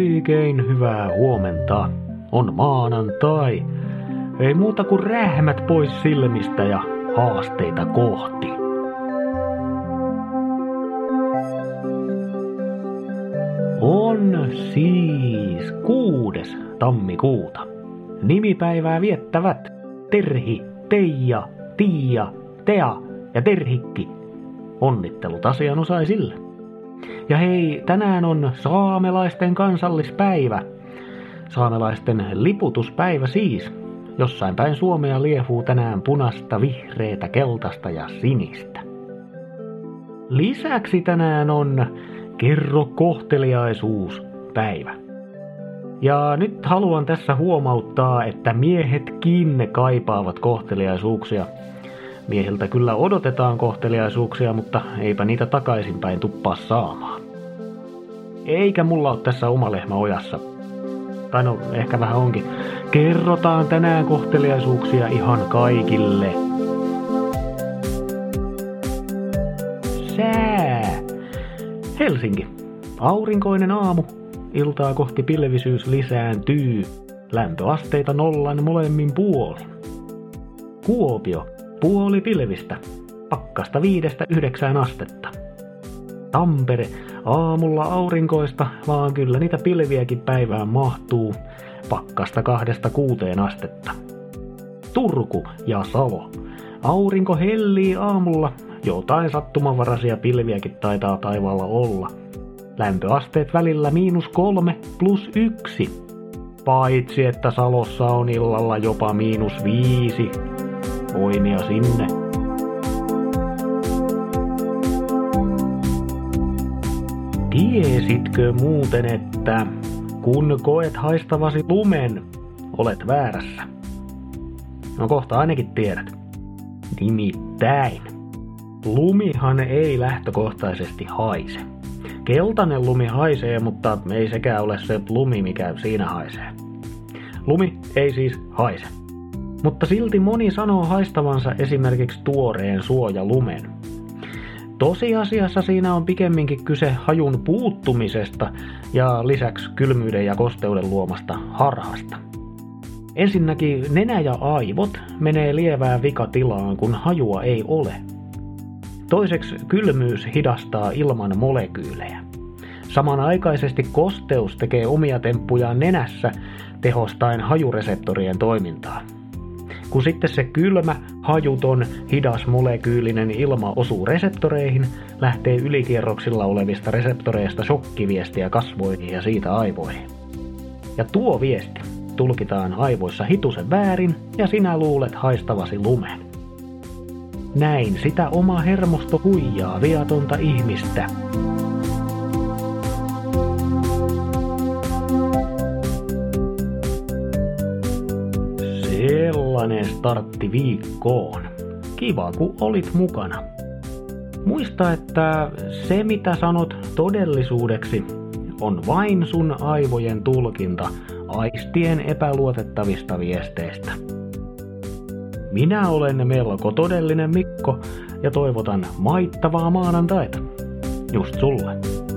Oikein hyvää huomenta. On maanantai. Ei muuta kuin rähmät pois silmistä ja haasteita kohti. On siis 6. tammikuuta. Nimipäivää viettävät Terhi, Teija, Tiia, Tea ja Terhikki. Onnittelut asianosaisille. Ja hei, tänään on saamelaisten kansallispäivä. Saamelaisten liputuspäivä siis. Jossain päin Suomea liehuu tänään punaista, vihreätä, keltaista ja sinistä. Lisäksi tänään on kerro kohteliaisuuspäivä. Ja nyt haluan tässä huomauttaa, että miehetkin kaipaavat kohteliaisuuksia. Miehiltä kyllä odotetaan kohteliaisuuksia, mutta eipä niitä takaisinpäin tuppaa saamaan. Eikä mulla ole tässä oma lehmä ojassa. Tai no, ehkä vähän onkin. Kerrotaan tänään kohteliaisuuksia ihan kaikille. Sää. Helsinki. Aurinkoinen aamu. Iltaa kohti pilvisyys lisääntyy. Lämpöasteita 0 molemmin puolin. Kuopio. Puoli pilvistä. Pakkasta 5-9 astetta. Tampere. Aamulla aurinkoista, vaan kyllä niitä pilviäkin päivään mahtuu. Pakkasta 2-6 astetta. Turku ja Salo. Aurinko hellii aamulla. Jotain sattumanvaraisia pilviäkin taitaa taivaalla olla. Lämpöasteet välillä -3 + 1. Paitsi että Salossa on illalla jopa -5. Voimia sinne. Tiesitkö muuten, että kun koet haistavasi lumen, olet väärässä? No kohta ainakin tiedät. Nimittäin. Lumihan ei lähtökohtaisesti haise. Keltainen lumi haisee, mutta ei sekään ole se lumi, mikä siinä haisee. Lumi ei siis haise. Mutta silti moni sanoo haistavansa esimerkiksi tuoreen suojalumen. Tosiasiassa siinä on pikemminkin kyse hajun puuttumisesta ja lisäksi kylmyyden ja kosteuden luomasta harhasta. Ensinnäkin nenä ja aivot menee lievään vikatilaan, kun hajua ei ole. Toiseksi kylmyys hidastaa ilman molekyylejä. Samanaikaisesti kosteus tekee omia temppujaan nenässä tehostaen hajureseptorien toimintaa. Kun sitten se kylmä, hajuton, hidas molekyylinen ilma osuu reseptoreihin, lähtee ylikierroksilla olevista reseptoreista shokkiviestiä kasvoihin ja siitä aivoihin. Ja tuo viesti tulkitaan aivoissa hitusen väärin ja sinä luulet haistavasi lumen. Näin sitä oma hermosto huijaa viatonta ihmistä. Sellainen startti viikkoon. Kiva, kun olit mukana. Muista, että se mitä sanot todellisuudeksi on vain sun aivojen tulkinta aistien epäluotettavista viesteistä. Minä olen melko todellinen Mikko ja toivotan maittavaa maanantaita. Just sulle.